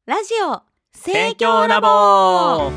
ラジオ盛況ラボ。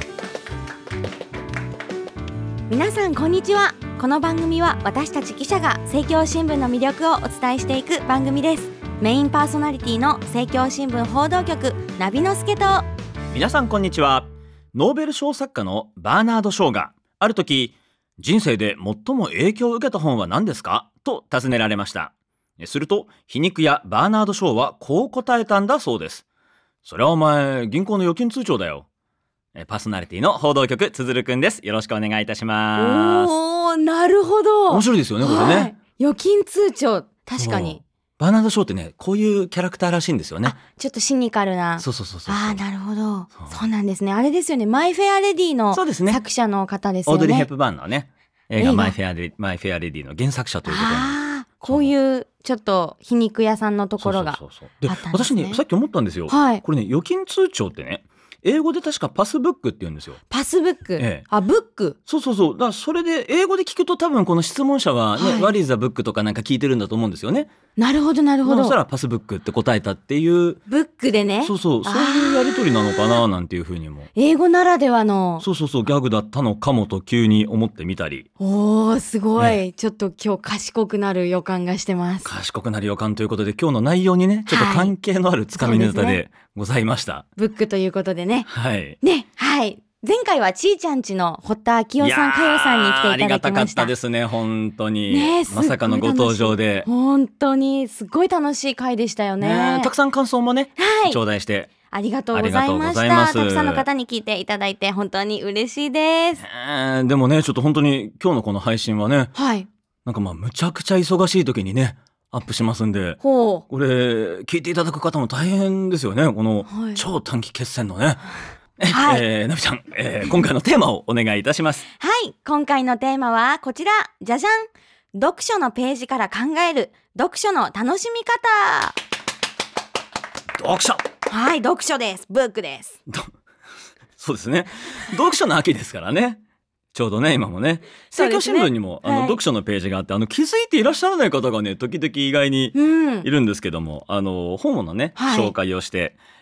皆さんこんにちは。この番組は私たち記者が盛況新聞の魅力をお伝えしていく番組です。メインパーソナリティの盛況新聞報道局ナビノスケと、 皆さんこんにちは。ノーベル賞作家のバーナード・ショーがある時、人生で最も影響を受けた本は何ですかと尋ねられました。すると皮肉屋バーナード・ショーはこう答えたんだそうです。それはお前銀行の預金通帳だよ。パーソナリティの報道局つづるくんです。よろしくお願いいたします。 おー、なるほど。 面白いですよねこれね、 はい、預金通帳、確かにバーナード・ショーってね、こういうキャラクターらしいんですよね。 ちょっとシニカルな。 そうなるほど。そうなんですね。あれですよね、マイ・フェア・レディの作者の方ですよね。 オードリー・ヘップバーンのね映画マイ・フェア・レディの原作者ということに。 こういうちょっと皮肉屋さんのところがあったんですね。 私ね、さっき思ったんですよ、 はい、 これね、預金通帳ってね、英語で確かパスブックって言うんですよ。 パスブック、ブック。 そうだからそれで英語で聞くと多分この質問者はね、What is a book とかなんか聞いてるんだと思うんですよね。 なるほどなるほど。 そしたらパスブックって答えたっていう、 ブックでね。 そういうやり取りなのかななんていうふうにも、 英語ならではのギャグだったのかもと急に思ってみたり。 おー、すごい、ちょっと今日賢くなる予感がしてます。 賢くなる予感ということで、今日の内容にねちょっと関係のあるつかみネタでございました、 ブックということでね。 はいね、はい。前回はちーちゃんちの堀田明夫さん、佳代さんに来ていただきました。 ありがたかったですね、本当に、 ね、 まさかのご登場で本当にすごい楽しい回でしたよ ね。 たくさん感想もね、頂戴してありがとうございました。たくさんの方に聞いていただいて本当に嬉しいです。 でもね、ちょっと本当に今日のこの配信はね、 はい、 なんかむちゃくちゃ忙しい時にねアップしますんで、これ聞いていただく方も大変ですよね、この超短期決戦のね。 はい、 ナビちゃん、今回のテーマをお願いいたします。 はい、今回のテーマはこちら、じゃじゃん。読書のページから考える読書の楽しみ方。 読書、 はい、読書です。ブックです。 そうですね、読書の秋ですからね。ちょうどね、今もね、盛況新聞にも、読書のページがあって、気づいていらっしゃらない方がね、時々意外にいるんですけども、本のね、紹介をして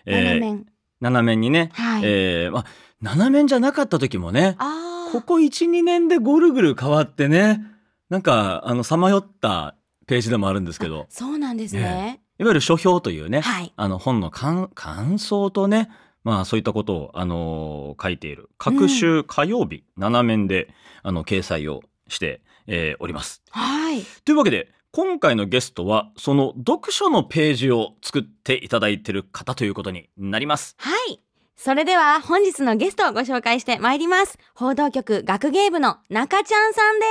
、7面にね、7面じゃなかった時もね、ここ 1,2 年でぐるぐる変わってね、なんかさまよったページでもあるんですけど。 そうなんですね、 いわゆる書評というね、本の感想とね、そういったことを書いている各週火曜日7面で掲載をして、おります。はい。というわけで今回のゲストはその読書のページを作っていただいている方ということになります。 はい。それでは本日のゲストをご紹介してまいります。報道局学芸部の中ちゃんさんです。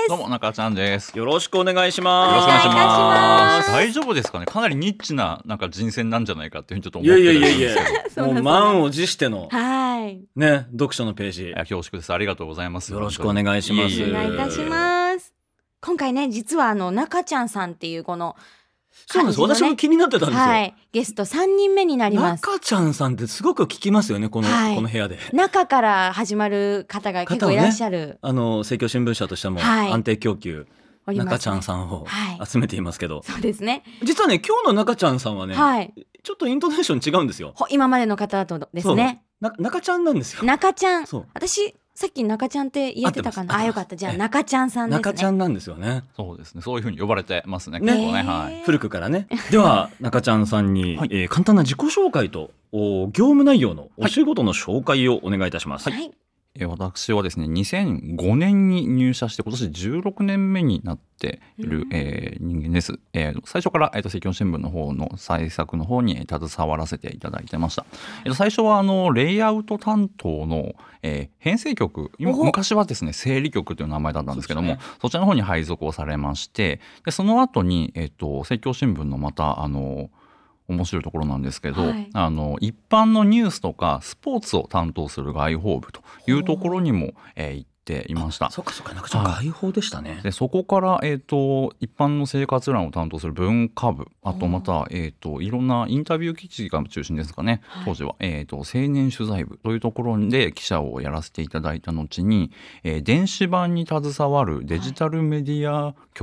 どうも、中ちゃんです。 よろしくお願いします。 よろしくお願いします。大丈夫ですかね。かなりニッチな人選なんじゃないかっていうふうにちょっと思ってるんですけど。 もう満を持してのね、 読書のページ。 恐縮です。ありがとうございます。 よろしくお願いします。 お願いいたします。今回ね、実は中ちゃんさんっていうこのそうなんです、私も気になってたんですよ。 はい、ゲスト3人目になります。 中ちゃんさんってすごく聞きますよね、この部屋で。 中から始まる方が結構いらっしゃる。 盛況新聞社としても安定供給、中ちゃんさんを集めていますけど。 そうですね。 実はね、今日の中ちゃんさんはね、ちょっとイントネーション違うんですよ。 今までの方とですね。 中ちゃんなんですよ。 中ちゃん。私さっき中ちゃんって言えてたかな。よかった。じゃあ中ちゃんさんですね。 中ちゃんなんですよね。 そうですね。そういう風に呼ばれてますね。結構ね。はい。 古くからね。では中ちゃんさんに、簡単な自己紹介と業務内容のお仕事の紹介をお願いいたします。 はい。 私はですね、2005年に入社して今年16年目になっている、人間です。最初から、盛況新聞の方の制作の方に携わらせていただいてました。最初はレイアウト担当の、編成局、昔はですね整理局という名前だったんですけども、そちらの方に配属をされまして、でその後に、盛況新聞のまた面白いところなんですけど、一般のニュースとかスポーツを担当する外報部というところにも、行っていました。 そっか中ちゃん外報でしたね。 でそこから、一般の生活欄を担当する文化部、あとまた、いろんなインタビュー記事が中心ですかね、当時は、青年取材部というところで記者をやらせていただいた後に、電子版に携わるデジタルメディア局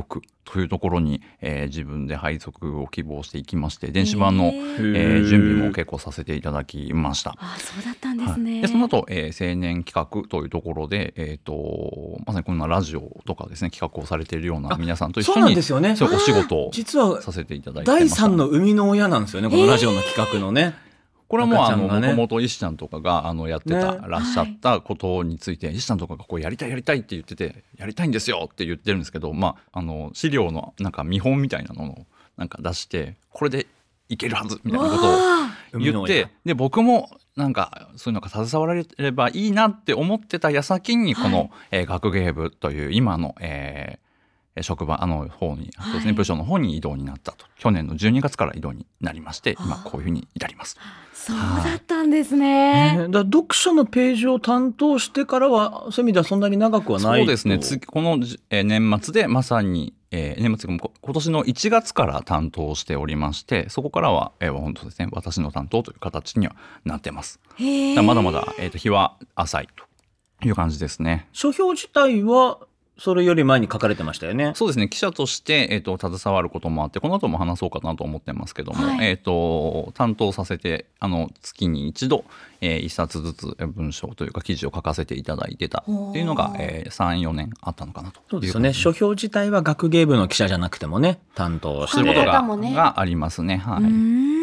というところに、自分で配属を希望していきまして、電子版の、準備も結構させていただきました。 そうだったんですね。 でその後、青年企画というところで、まさにこんなラジオとかですね企画をされているような皆さんと一緒そうなんにですよね。 そうお仕事を実はさせていただいてました。 第三の生みの親なんですよね、このラジオの企画のね。 これはもうも赤ちゃんがねともと石ちゃんとかがやってた、らっしゃったことについて、石ちゃんとかがこうやりたいって言ってて、やりたいんですよって言ってるんですけど、資料のなんか見本みたいなのをなんか出して、これでいけるはずみたいなことを言って、で僕もなんかそういうのが携わられればいいなって思ってた矢先にこの、学芸部という今の、職場方にそうですね、部署の方に異動になったと。去年の12月から異動になりまして、今こういうふうに至ります。 そうだったんですね。 だ読書のページを担当してからはそういう意味ではそんなに長くはないと。 そうですね、この、年末でまさに、年末今年の1月から担当しておりまして、そこからは、本当ですね、私の担当という形にはなってます。まだまだ、日は浅いという感じですね。 書評自体はそれより前に書かれてましたよね。 そうですね、記者として、携わることもあって、この後も話そうかなと思ってますけども、担当させて月に一度、一冊ずつ文章というか記事を書かせていただいてたっていうのが、3、4年あったのかなという。 そうですよね。書評自体は学芸部の記者じゃなくてもね担当してすることがありますね。はい。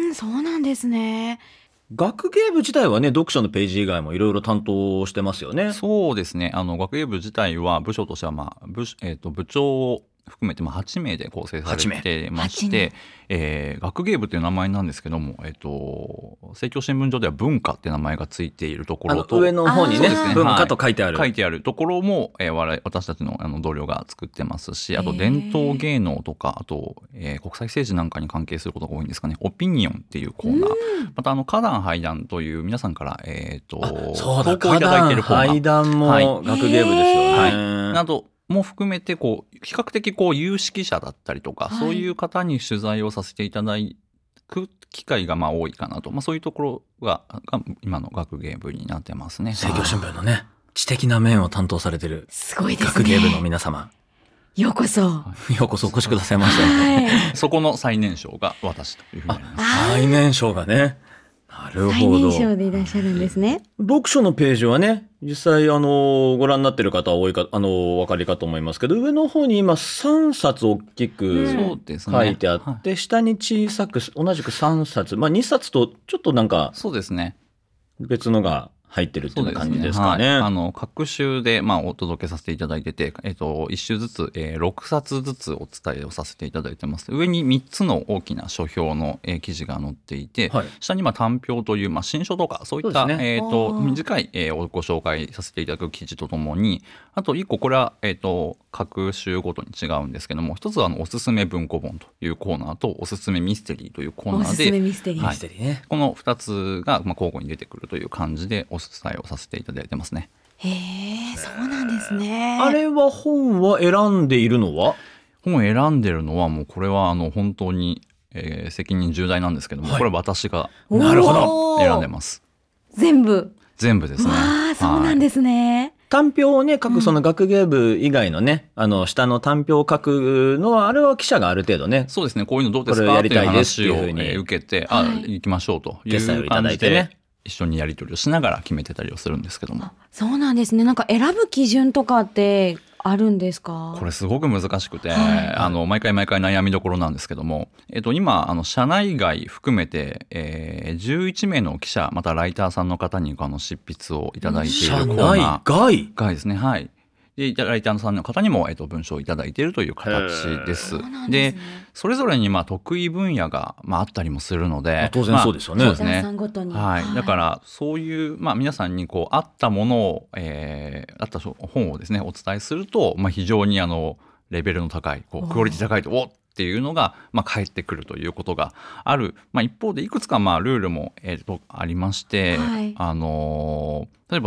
そうなんですね。 学芸部自体はね、読書のページ以外もいろいろ担当してますよね。 そうですね、学芸部自体は部署としては、部長を含めて8名で構成されてまして、学芸部という名前なんですけども、政教新聞上では文化って名前がついているところと、 上の方にね、文化と書いてある、 書いてあるところも、私たちの同僚が作ってますし、あと伝統芸能とか、あと、国際政治なんかに関係することが多いんですかね。オピニオンっていうコーナー、また花壇拝談という皆さんから、 そうだ、 投稿いただいているコーナー、 拝談も学芸部ですよね。 なども含めて比較的有識者だったりとか、そういう方に取材をさせていただく機会が多いかなと、そういうところが今の学芸部になってますね。 政教新聞のね、知的な面を担当されてる学芸部の皆様、 ようこそお越しくださいました。 そこの最年少が私というふうになります。 最年少がね、なるほど。 最年少でいらっしゃるんですね。 読書のページはね、実際ご覧になっている方は多いかお分かりかと思いますけど、上の方に今3冊大きく書いてあって、下に小さく同じく3冊、2冊とちょっとなんかそうですね、 別のが入ってるっていう感じですかね。 各週でお届けさせていただいてて、1週ずつ、6冊ずつお伝えをさせていただいてます。上に3つの大きな書評の、記事が載っていて、下に短評という、新書とかそういった、短い、ご紹介させていただく記事とともに、あと1個これは、各週ごとに違うんですけども、一つはおすすめ文庫本というコーナーとおすすめミステリーというコーナーで、 おすすめミステリー、 ね、 この2つが交互に出てくるという感じでお伝えをさせていただいてますね。 へえ、そうなんですね。 あれは本は選んでいるのは？ 本を選んでるのはもうこれは本当に、責任重大なんですけども、これは私がなるほど選んでます。 全部ですね。 そうなんですね。 短評をね書く、その学芸部以外のね、下の短評を書くのはあれは記者がある程度ね、 そうですね、こういうのどうですかっていう話を受けて、行きましょうという感じで一緒にやり取りをしながら決めてたりをするんですけども。 そうなんですね。なんか選ぶ基準とかってあるんですか？ これすごく難しくて、毎回悩みどころなんですけども、今社内外含めて、11名の記者またライターさんの方に執筆をいただいているコーナー外ですね。はい。でライターさんの方にも、文章をいただいているという形です。で、それぞれに得意分野が、あったりもするので、 当然そうですよね。 そうですね。 ライターさんごとに、 だからそういう、皆さんに合ったものを、合った本をですねお伝えすると、非常にレベルの高いクオリティ高いとっていうのが、返ってくるということがある、一方でいくつかルールも、ありまして、例えば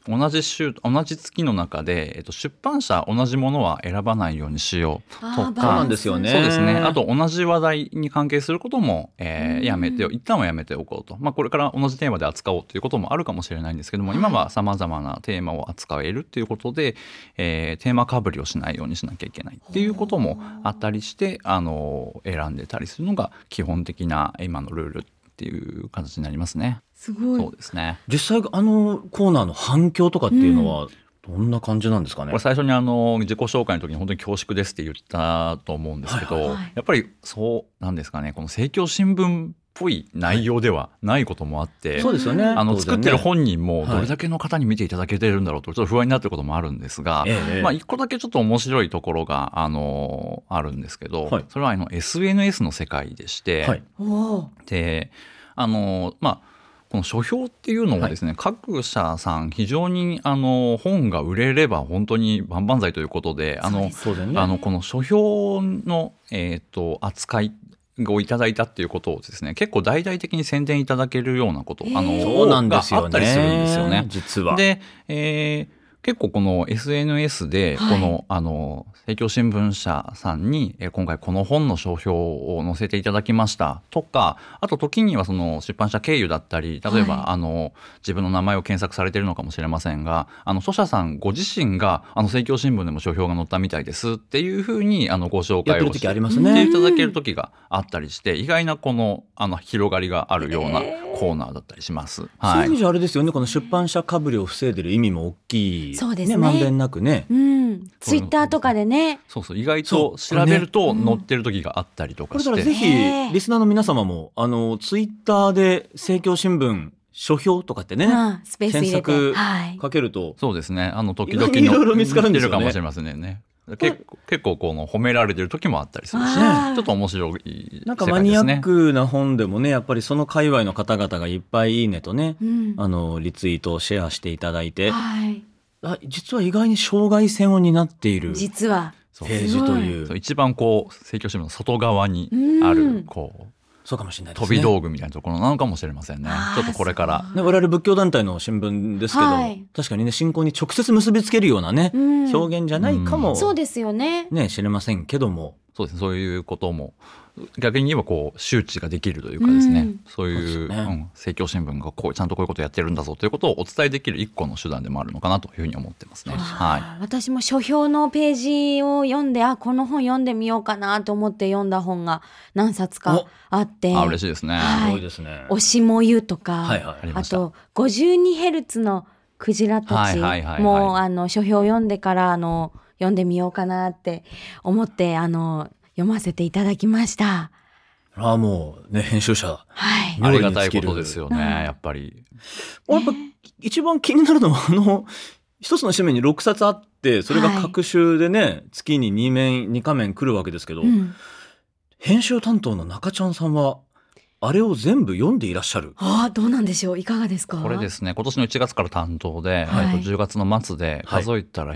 同じ月の中で、出版社同じものは選ばないようにしようとそうなかんですよね。 そうですね。あと同じ話題に関係することも、一旦はやめておこうと、これから同じテーマで扱おうということもあるかもしれないんですけども、今はさまざまなテーマを扱えるっていうことで、テーマかぶりをしないようにしなきゃいけないっていうこともあったりして、選んでたりするのが基本的な今のルールっていう形になりますね。 すごい。 そうですね。 実際コーナーの反響とかっていうのはどんな感じなんですかね。 これ最初に自己紹介の時に本当に恐縮ですって言ったと思うんですけど、 はいはい、 やっぱりそうなんですかね、この政教新聞っぽい内容ではないこともあって、 そうですよね。 作ってる本人もどれだけの方に見ていただけてるんだろうとちょっと不安になってることもあるんですが、一個だけちょっと面白いところがあるんですけど、それはSNS の世界でして、でこの書評っていうのはですね、各社さん非常に本が売れれば本当に万々歳ということで、この書評の、扱いをいただいたっていうことをですね、結構大々的に宣伝いただけるようなこと、 そうなんですよね、 があったりするんですよね。 実は。 で、結構この SNS でこの、政教新聞社さんに今回この本の書評を載せていただきましたとか、あと時にはその出版社経由だったり、例えば、自分の名前を検索されているのかもしれませんが、著者さんご自身が政教新聞でも書評が載ったみたいですっていうふうにご紹介をしていただける時があったりして、意外なこの広がりがあるようなコーナーだったりします。 そういう意味じゃあれですよね、この出版社かぶりを防いでる意味も大きい。 そうですね。 まんべんなくね。 ツイッターとかでね。 意外と調べると載ってる時があったりとかして。 これからぜひリスナーの皆様もツイッターで政教新聞書評とかってね、 スペース入れて検索かけると、 そうですね、時々 いろいろ見つかるんですよね。 かもしれませんね。結構この褒められてる時もあったりするし、ちょっと面白い世界ですね。 なんかマニアックな本でもね、やっぱりその界隈の方々がいっぱいいいねとね、リツイートシェアしていただいて、実は意外に障害線を担っている実はページという、 一番こう政教新聞の外側にあるそうかもしれないですね、 飛び道具みたいなところなのかもしれませんね。ちょっとこれから、 我々仏教団体の新聞ですけど、確かにね、信仰に直接結びつけるようなね、表現じゃないかもそうですよね、 知れませんけども、 そうですね、そういうことも逆に言えばこう周知ができるというかですね、そういう政教新聞がちゃんとこういうことをやってるんだぞということをお伝えできる一個の手段でもあるのかなというふうに思ってますね。 私も書評のページを読んで、この本読んでみようかなと思って読んだ本が何冊かあって、 嬉しいですね。 すごいですね。 おしもゆとか、あと 52Hz のクジラたちも書評を読んでから読んでみようかなって思って読ませていただきました。 もうね、編集者、 ありがたいことですよね、やっぱり。 やっぱ一番気になるのは一つの紙面に6冊あって、それが各週でね、月に2画面来るわけですけど、編集担当の中ちゃんさんはあれを全部読んでいらっしゃる。 どうなんでしょう、いかがですか。 これですね、今年の1月から担当で、10月の末で数えたら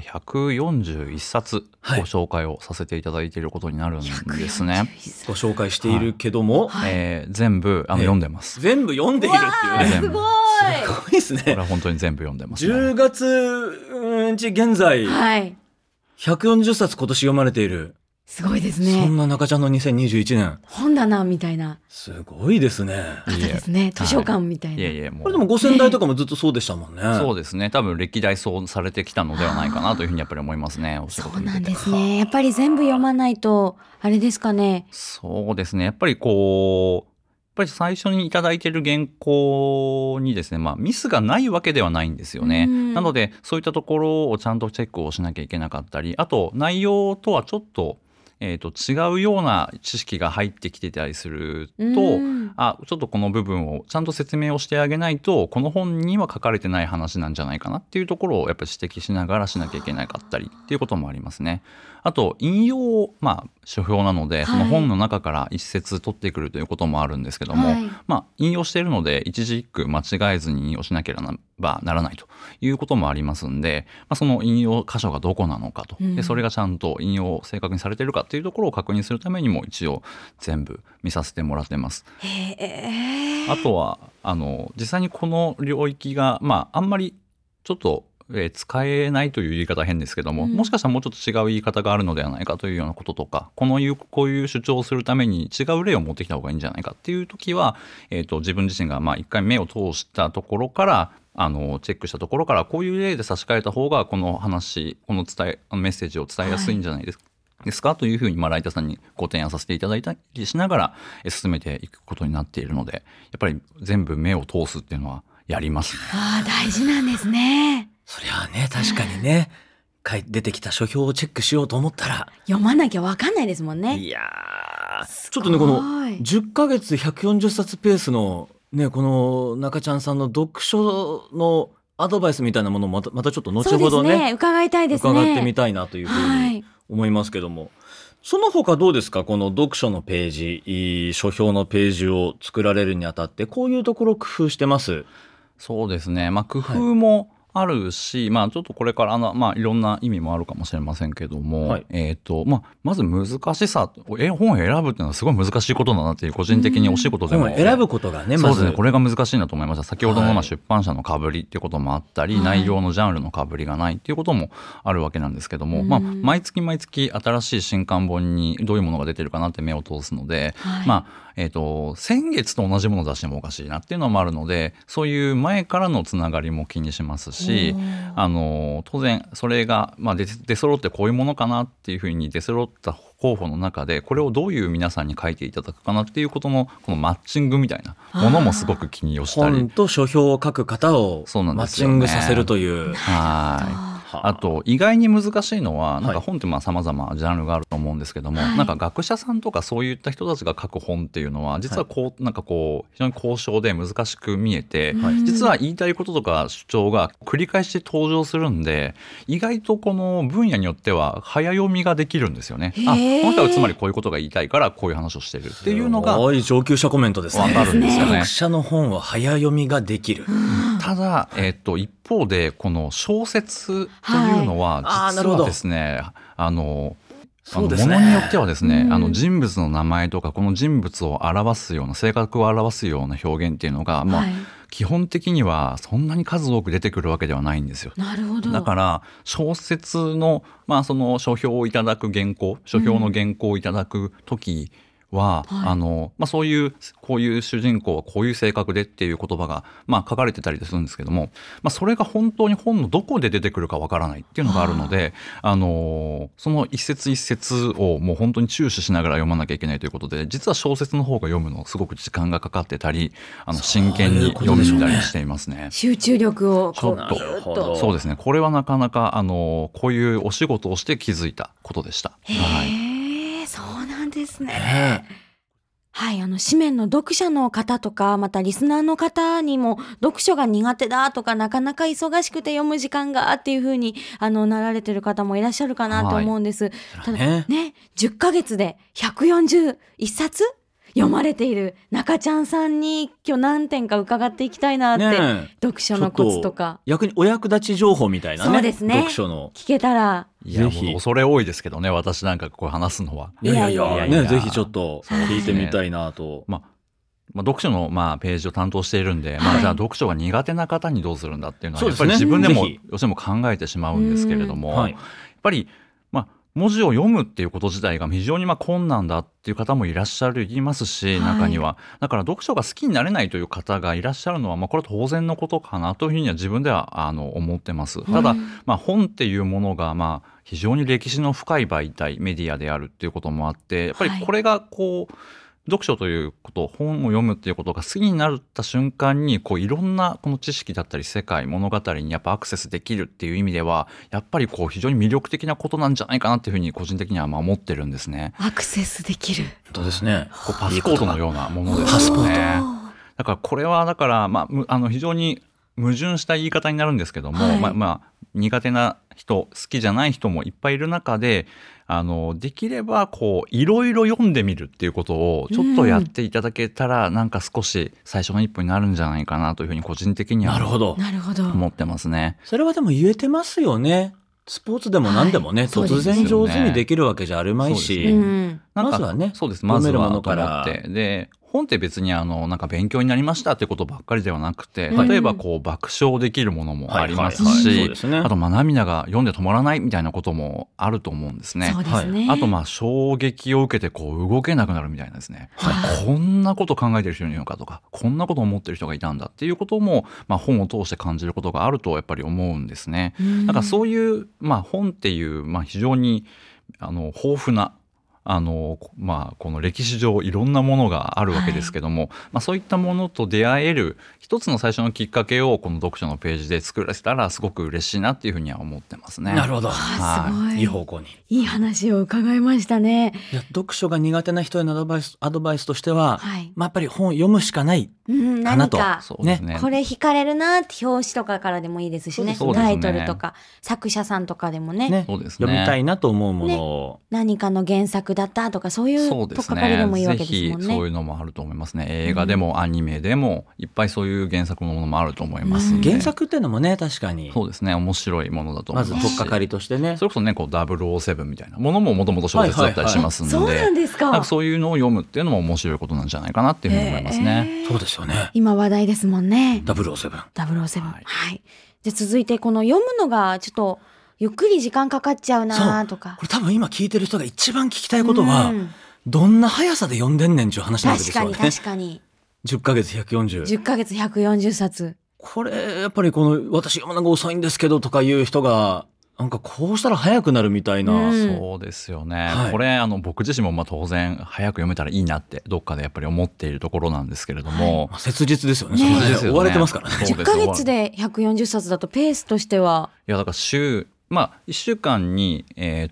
141冊ご紹介をさせていただいていることになるんですね。 ご紹介しているけども、 全部読んでます。 全部読んでいるっていうね。 すごい。 すごいですね。 これは本当に全部読んでますね。 10月現在、140冊今年読まれている。 すごいですね。 そんな中ちゃんの2021年。 本棚みたいな。 すごいですね。 ですね。図書館みたいな。 これでも5000台とかもずっとそうでしたもんね。 そうですね。多分歴代そうされてきたのではないかなというふうにやっぱり思いますね。 そうなんですね。やっぱり全部読まないとあれですかね。 そうですね。やっぱり最初にいただいている原稿にですね、ミスがないわけではないんですよね。なのでそういったところをちゃんとチェックをしなきゃいけなかったり、あと内容とはちょっと違うような知識が入ってきてたりすると、ちょっとこの部分をちゃんと説明をしてあげないと、この本には書かれてない話なんじゃないかなっていうところをやっぱり指摘しながらしなきゃいけなかったりっていうこともありますね。あと引用書評なので、その本の中から一節取ってくるということもあるんですけども、引用しているので一字一句間違えずに引用しなければならないということもありますんで、その引用箇所がどこなのかと、でそれがちゃんと引用正確にされているかというところを確認するためにも一応全部見させてもらってます。あとは実際にこの領域があんまりちょっと使えないという言い方は変ですけども、もしかしたらもうちょっと違う言い方があるのではないかというようなこととか、こういう主張をするために違う例を持ってきた方がいいんじゃないかっていう時は、自分自身が一回目を通したところからチェックしたところから、こういう例で差し替えた方がこの話、このメッセージを伝えやすいんじゃないですかというふうにライターさんにご提案させていただいたりしながら進めていくことになっているので、やっぱり全部目を通すっていうのはやりますね。 大事なんですね。 そりゃあね、確かにね、出てきた書評をチェックしようと思ったら読まなきゃ分かんないですもんね。 いやちょっとね、この10ヶ月140冊ペースのね、この中ちゃんさんの読書のアドバイスみたいなものもまたちょっと後ほど ね、 伺いたいですね。 伺ってみたいなというふうに思いますけども、その他どうですか、この読書のページ、書評のページを作られるにあたってこういうところ工夫してます？ そうですね、工夫もあるし、ちょっとこれからいろんな意味もあるかもしれませんけども、まず難しさ、本を選ぶっていうのはすごい難しいことだなっていう、個人的にお仕事でも本を選ぶことがね、 そうですね、これが難しいなと思いました。先ほどの出版社の被りっていうこともあったり、内容のジャンルの被りがないっていうこともあるわけなんですけども、毎月毎月新しい新刊本にどういうものが出てるかなって目を通すので、先月と同じものを出してもおかしいなっていうのもあるので、そういう前からのつながりも気にしますし、当然それが、出揃ってこういうものかなっていうふうに出揃った候補の中で、これをどういう皆さんに書いていただくかなっていうことのこのマッチングみたいなものもすごく気にしたり、 本と書評を書く方をマッチングさせるという。 あと意外に難しいのは、本って様々ジャンルがあると思うんですけども、学者さんとかそういった人たちが書く本っていうのは実は非常に高尚で難しく見えて、実は言いたいこととか主張が繰り返し登場するんで、意外とこの分野によっては早読みができるんですよね。この人はつまりこういうことが言いたいからこういう話をしてるっていうのが、 すごい上級者コメントですね。 分かるんですよね。 学者の本は早読みができる。 ただ、一方でこの小説というのは実はですね、ものによってはですね、人物の名前とかこの人物を表すような、性格を表すような表現っていうのが、基本的にはそんなに数多く出てくるわけではないんですよ。 なるほど。 だから小説の、その書評をいただく原稿、書評の原稿をいただく時は、そういうこういう主人公はこういう性格でっていう言葉が書かれてたりするんですけども、それが本当に本のどこで出てくるかわからないっていうのがあるので、その一節一節をもう本当に注視しながら読まなきゃいけないということで、実は小説の方が読むのすごく時間がかかってたり、真剣に読みたりしていますね。 集中力をちょっとそうですね、これはなかなかこういうお仕事をして気づいたことでした。 そうなんですね。紙面の読者の方とか、またリスナーの方にも読書が苦手だとか、なかなか忙しくて読む時間がっていう風になられてる方もいらっしゃるかなと思うんです。ただね、10ヶ月で141冊読まれている中ちゃんさんに今日何点か伺っていきたいなって、読書のコツとか逆にお役立ち情報みたいなね、 そうですね、 読書の聞けたら。 いや、もう恐れ多いですけどね、私なんかこう話すのは。 いやぜひちょっと聞いてみたいなと。 読書のページを担当しているんで、じゃあ読書が苦手な方にどうするんだっていうのはやっぱり自分でもどうしても考えてしまうんですけれども、やっぱり文字を読むっていうこと自体が非常に困難だっていう方もいらっしゃいますし、中にはだから読書が好きになれないという方がいらっしゃるのは、これは当然のことかなというふうには自分では思ってます。ただ、本っていうものが非常に歴史の深い媒体、メディアであるっていうこともあって、やっぱりこれが読書ということ、本を読むっていうことが好きになった瞬間にいろんなこの知識だったり世界、物語にやっぱアクセスできるっていう意味では、やっぱり非常に魅力的なことなんじゃないかなっていうふうに個人的には思ってるんですね。 アクセスできる。 そうですね。 パスポートのようなものですよね。だからこれは非常に矛盾した言い方になるんですけども、苦手な人、好きじゃない人もいっぱいいる中で、できればいろいろ読んでみるっていうことをちょっとやっていただけたら、なんか少し最初の一歩になるんじゃないかなというふうに個人的には思ってますね。 それはでも言えてますよね。スポーツでも何でもね、突然上手にできるわけじゃあるまいし、 なんかまずはね、 そうです。まず読めるはものからと思って。で、本って別になんか勉強になりましたってことばっかりではなくて、 はい例えばこう爆笑できるものもありますはいはいはいそうしですね、 あとまあ涙が読んで止まらないみたいなこともあると思うんですね。 そうですね。 あとまあ衝撃を受けてこう動けなくなるみたいなですね、こんなこと考えてる人いるのかとか、こんなこと思ってる人がいたんだっていうことも、まあ、本を通して感じることがあるとやっぱり思うんですね。だからそういう、まあ、本っていう、まあ、非常に豊富なまあ、この歴史上いろんなものがあるわけですけども、まあ、そういったものと出会える一つの最初のきっかけをこの読書のページで作らせたらすごく嬉しいなっていうふうには思ってますね。 なるほど、 すはごい。 いい方向に。 いい話を伺いましたね。 いや読書が苦手な人へのアドバイスとしては、 はいまあ、やっぱり本を読むしかないうん、 かなと。 何かそうですね。 これ惹かれるなって表紙とかからでもいいですしね。 そうですねタイトルとか作者さんとかでもね。 ねそうですね。 読みたいなと思うものを、 何かの原作だったとかそういうそうですとっかかりでもいいわけぜですもんね。 ひそういうのもあると思いますね。映画でもアニメでもいっぱいそういう原作のものもあると思いますので、 原作っていうのもね確かにそうですね、面白いものだと思まずいますし、 取っかかりとしてねそれこそねこう007みたいなものももともと小説だったりしますので、 そうなんですか。 なんかそういうのを読むっていうのも面白いことなんじゃないかなっていうふうに思いますね。 そうですよね。 今話題ですもんね。 007 007、 はいはい。じゃあ続いてこの読むのがちょっとゆっくり時間かかっちゃうなとか。 これ多分今聞いてる人が一番聞きたいことは、 うんどんな速さで読んでんねんっていう話なわけで確かにすよね。 確かに 10ヶ月140。 10ヶ月140冊。 これやっぱりこの私読むのが遅いんですけどとかいう人がなんかこうしたら早くなるみたいな、 うんそうですよね、 はいこれ僕自身もまあ当然早く読めたらいいなってどっかでやっぱり思っているところなんですけれども、 まあ切実ですよね。 ねそれですよね追われてますからね。 そう 10ヶ月で140冊だとペースとしては。 いやだからまあ1週間に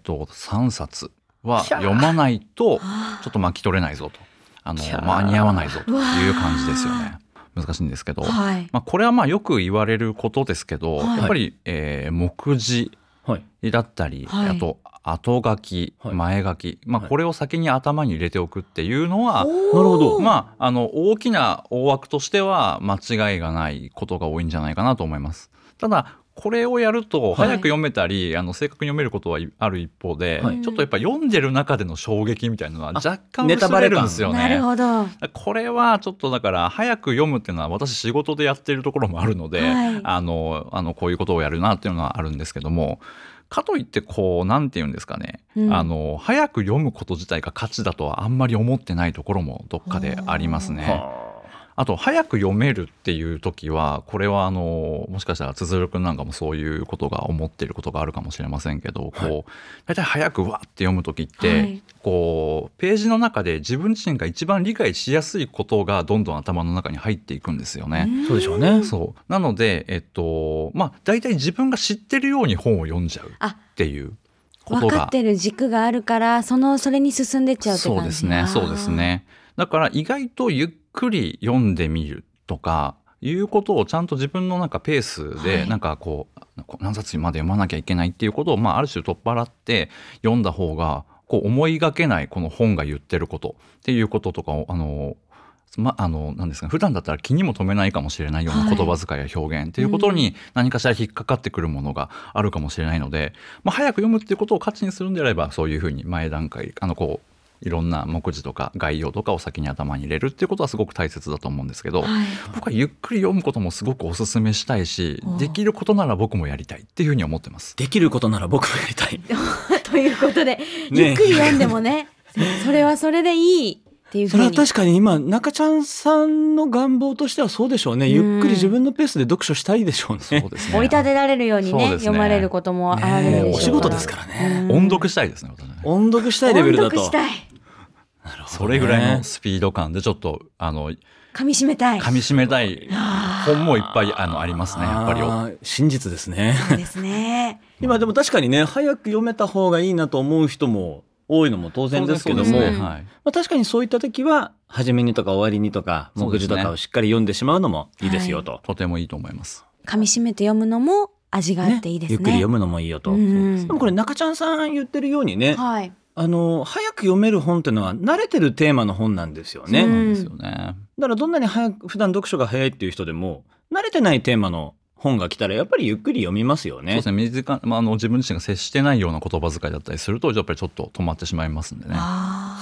3冊は読まないとちょっと巻き取れないぞと間に合わないぞという感じですよね。難しいんですけど、 はいまあ、これはまあよく言われることですけど、 はいやっぱり、目次はいだったり、 はいあと後書き、 はい前書き、まあ、 はいこれを先に頭に入れておくっていうのは、 なるほど。 まあ、大きな大枠としては間違いがないことが多いんじゃないかなと思います。ただこれをやると早く読めたり、正確に読めることはある一方で、 はいちょっとやっぱ読んでる中での衝撃みたいなのは若干ネタ薄れバレ感るんですよね。 なるほど。 これはちょっとだから早く読むっていうのは私仕事でやっているところもあるので、 はいこういうことをやるなっていうのはあるんですけども、かといってこうなんていうんですかね、早く読むこと自体が価値だとはあんまり思ってないところもどっかでありますね。 はあと早く読めるっていう時はこれはもしかしたらつづるくんなんかもそういうことが思っていることがあるかもしれませんけど、こう大体早くわって読む時って、 はいこうページの中で自分自身が一番理解しやすいことがどんどん頭の中に入っていくんですよね。 そうでしょうね。 そうなのでまあ大体自分が知ってるように本を読んじゃうあ、 っていうことが分かってる軸があるからそれに進んでっちゃうって感じ。 そうですねそうですね。だから意外とゆっくり読んでみるとかいうことをちゃんと自分のなんかペースはいでなんかこう何冊まで読まなきゃいけないっていうことをまあある種取っ払って読んだ方がこう思いがけないこの本が言ってることっていうこととかをなんですかね、普段だったら気にも留めないかもしれないような言葉遣いや表現っていうことに何かしら引っかかってくるものがあるかもしれないので、まあ、早く読むっていうことを価値にするんであればそういうふうに前段階こういろんな目次とか概要とかを先に頭に入れるっていうことはすごく大切だと思うんですけど、 はい僕はゆっくり読むこともすごくお勧めしたいし、できることなら僕もやりたいっていうふうに思ってます。 できることなら僕もやりたい。 ということで、ゆっくり読んでもねそれはそれでいいっていうふに。 そうれは確かに今中ちゃんさんの願望としてはそうでしょうね。ゆっくり自分のペースで読書したいでしょうね。 そうですね。 追い立てられるようにねそうですね読まれることもあられるでしょうから、 お仕事ですからね。 音読したいですね。私ね音読したいレベルだと。 音読したい、 なるほどねそれぐらいのスピード感でちょっと噛み締めたい。 噛み締めたい本もいっぱいありますねやっぱり。 真実ですね。 そうですね。 今でも確かにね早く読めた方がいいなと思う人も多いのも当然ですけども、 そうですねはいまあ、確かにそういった時は初めにとか終わりにとか目次とかをしっかり読んでしまうのもいいですよと。 とてもいいと思います。 噛み締めて読むのも味があっていいですね。 ゆっくり読むのもいいよと。 うんでもこれ中ちゃんさん言ってるようにね、 はい。 早く読める本っていうのは慣れてるテーマの本なんですよね。 うんそうなんですよね。 だからどんなに普段読書が早いっていう人でも慣れてないテーマの本が来たらやっぱりゆっくり読みますよね。 そうですね。自分自身が接してないような言葉遣いだったりするとやっぱりちょっと止まってしまいますんでね。 あ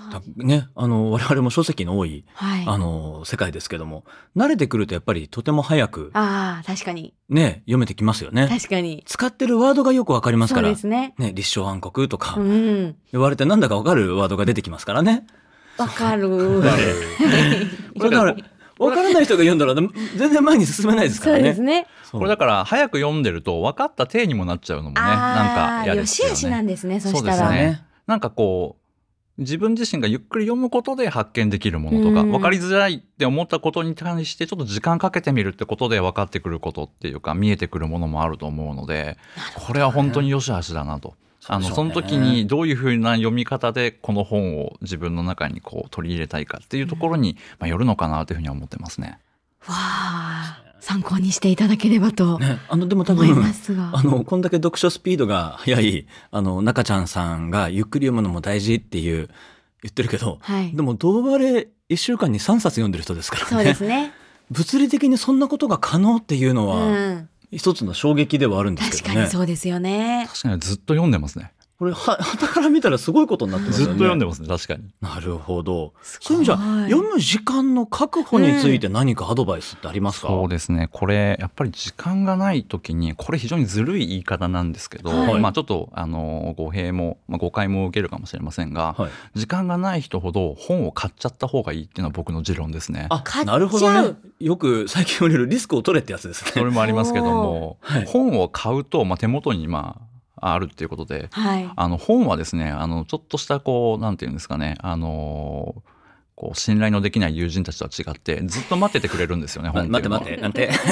ね、我々も書籍の多い、世界ですけども、慣れてくるとやっぱりとても早く、 確かにね、読めてきますよね。 確かに使ってるワードがよくわかりますから。 そうですね。 立正暗黒とか、言われてなんだかわかるワードが出てきますからね。 わかる。 だから分からない人が読んだら全然前に進めないですからね。 そうですね。 これだから早く読んでると分かった体にもなっちゃうのもね、なんか嫌ですよね。 よしあしなんですね。そしたら。 そうですね。なんかこう自分自身がゆっくり読むことで発見できるものとか、分かりづらいって思ったことに対してちょっと時間かけてみるってことで分かってくることっていうか見えてくるものもあると思うので、これは本当によしあしだなと。その時にどういうふうな読み方でこの本を自分の中にこう取り入れたいかっていうところによるのかなというふうには思ってますね。 わあ、参考にしていただければとでも多分思いますが、 こんだけ読書スピードが速い中ちゃんさんがゆっくり読むのも大事って言ってるけど、でもどうあれ1週間に3冊読んでる人ですからね。 そうですね。 物理的にそんなことが可能っていうのは、一つの衝撃ではあるんですけどね。 確かにそうですよね。 確かにずっと読んでますね。 これはたから見たらすごいことになってますよね。 ずっと読んでますね。確かに。 なるほど。そういう意味じゃ読む時間の確保について何かアドバイスってありますか？ そうですね。これやっぱり時間がない時に、これ非常にずるい言い方なんですけど、ちょっと語弊も、誤解も受けるかもしれませんが、時間がない人ほど本を買っちゃった方がいいっていうのは僕の持論ですね。 なるほどね。よく最近言われるリスクを取れってやつですね。 それもありますけども、本を買うと、手元にあるっていうことで、本はですね、ちょっとしたなんていうんですかね、信頼のできない友人たちとは違ってずっと待っててくれるんですよね。本っていうのは。 待ってなんて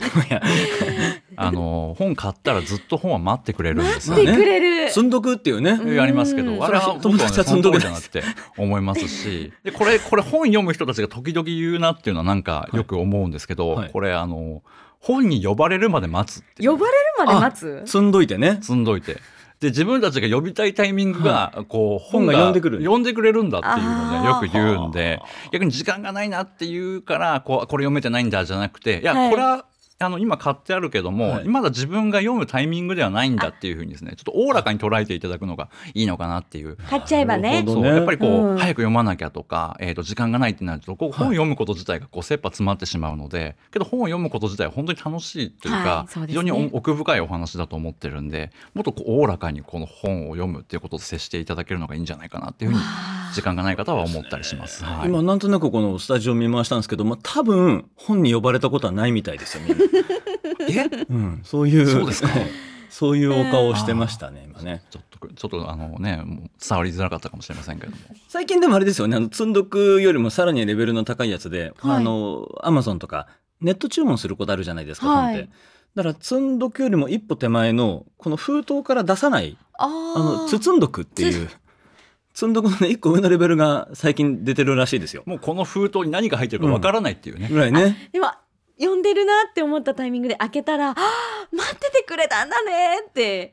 本買ったらずっと本は待ってくれるんですよね。待ってくれる。 積んどくっていうね。 ありますけど、あれは友達は積んどくじゃなくて思いますし、でこれ本読む人たちが時々言うなっていうのはなんかよく思うんですけど、これ本に呼ばれるまで待つっていう。 呼ばれるまで待つ？ 積んどいてね。 積んどいて。で自分たちが呼びたいタイミングが本が呼んでくれるんだっていうのをねよく言うんで、逆に時間がないなっていうからこれ読めてないんだじゃなくて、いやこれは今買ってあるけども、まだ自分が読むタイミングではないんだっていうふうにですね、ちょっとおおらかに捉えていただくのがいいのかなっていう。 買っちゃえばね。 そうやっぱり早く読まなきゃとか、時間がないってなると本を読むこと自体が切羽詰まってしまうので、けど本を読むこと自体は本当に楽しいというか、非常に奥深いお話だと思ってるんで、もっとおおらかにこの本を読むっていうことと接していただけるのがいいんじゃないかなっていうふうに時間がない方は思ったりします。 今なんとなくこのスタジオ見回したんですけど、多分本に呼ばれたことはないみたいですよみんな。そういうそうですか。 そういうお顔をしてましたね今ね。 ちょっともう伝わりづらかったかもしれませんけども、 最近でもあれですよね、積んどくよりもさらにレベルの高いやつで、Amazon とかネット注文することあるじゃないですか、本って。だから積んどくよりも一歩手前のこの封筒から出さない包んどくっていう積んどくの一個上のレベルが最近出てるらしいですよ。 もうこの封筒に何が入ってるかわからないっていうね、 ぐらいね。 でも読んでるなって思ったタイミングで開けたら、待っててくれたんだねって、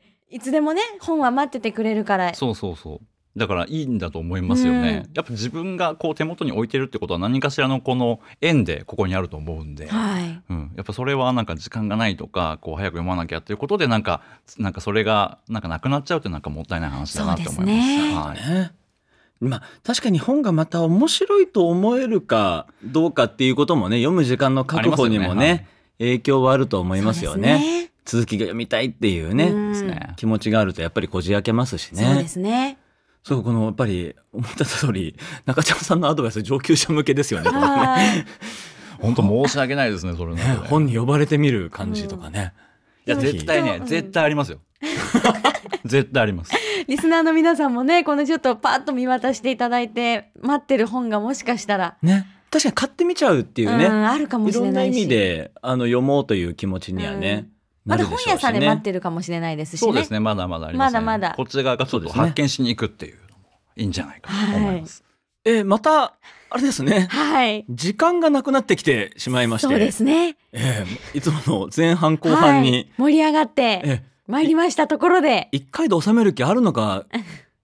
いつでもね本は待っててくれるから。 そうだからいいんだと思いますよね。やっぱ自分が手元に置いてるってことは何かしらのこの縁でここにあると思うんで、やっぱそれはなんか時間がないとか早く読まなきゃっていうことでなんかそれがなくなっちゃうってなんかもったいない話だなって思います。 確かに本がまた面白いと思えるかどうかっていうこともね、読む時間の確保にもね、影響はあると思いますよね。続きが読みたいっていうね、気持ちがあるとやっぱりこじ開けますしね。 そうですね。 やっぱり思った通り中ちゃんさんのアドバイス上級者向けですよね。 本当申し訳ないですねそれね。 本に呼ばれてみる感じとかね。 いや絶対ありますよ。絶対あります。 リスナーの皆さんもね、このちょっとパッと見渡していただいて待ってる本がもしかしたらね、確かに買ってみちゃうっていうね、 あるかもしれないし、 いろんな意味で読もうという気持ちにはね、 まだ本屋さんで待ってるかもしれないですしね。 そうですね、まだまだありますね。 まだこっち側がちょっと発見しに行くっていうのもいいんじゃないかと思います。 またあれですね、時間がなくなってきてしまいまして、 そうですね、 いつもの前半後半に、 盛り上がって参りましたところで、 1回で収める気あるのか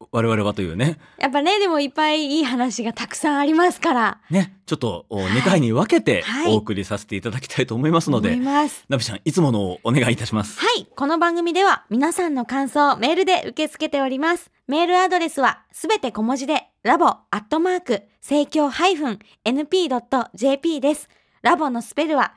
我々はというね。 やっぱね、でもいっぱいいい話がたくさんありますから。 ね、ちょっと2回に分けてお送りさせていただきたいと思いますので、ナビちゃん、いつものをお願いいたします。 はい、この番組では皆さんの感想をメールで受け付けております。メールアドレスはすべて小文字でlabo@生協-np.jp です。ラボのスペルは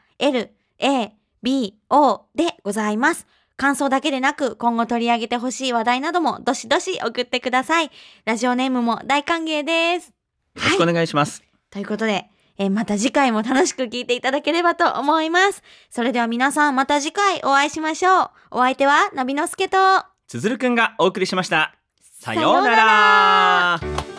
LABO でございます。感想だけでなく、今後取り上げてほしい話題などもどしどし送ってください。ラジオネームも大歓迎です。 よろしくお願いします。 ということで、また次回も楽しく聞いていただければと思います。それでは皆さん、また次回お会いしましょう。お相手はナビノスケとつづるくんがお送りしました。さようなら。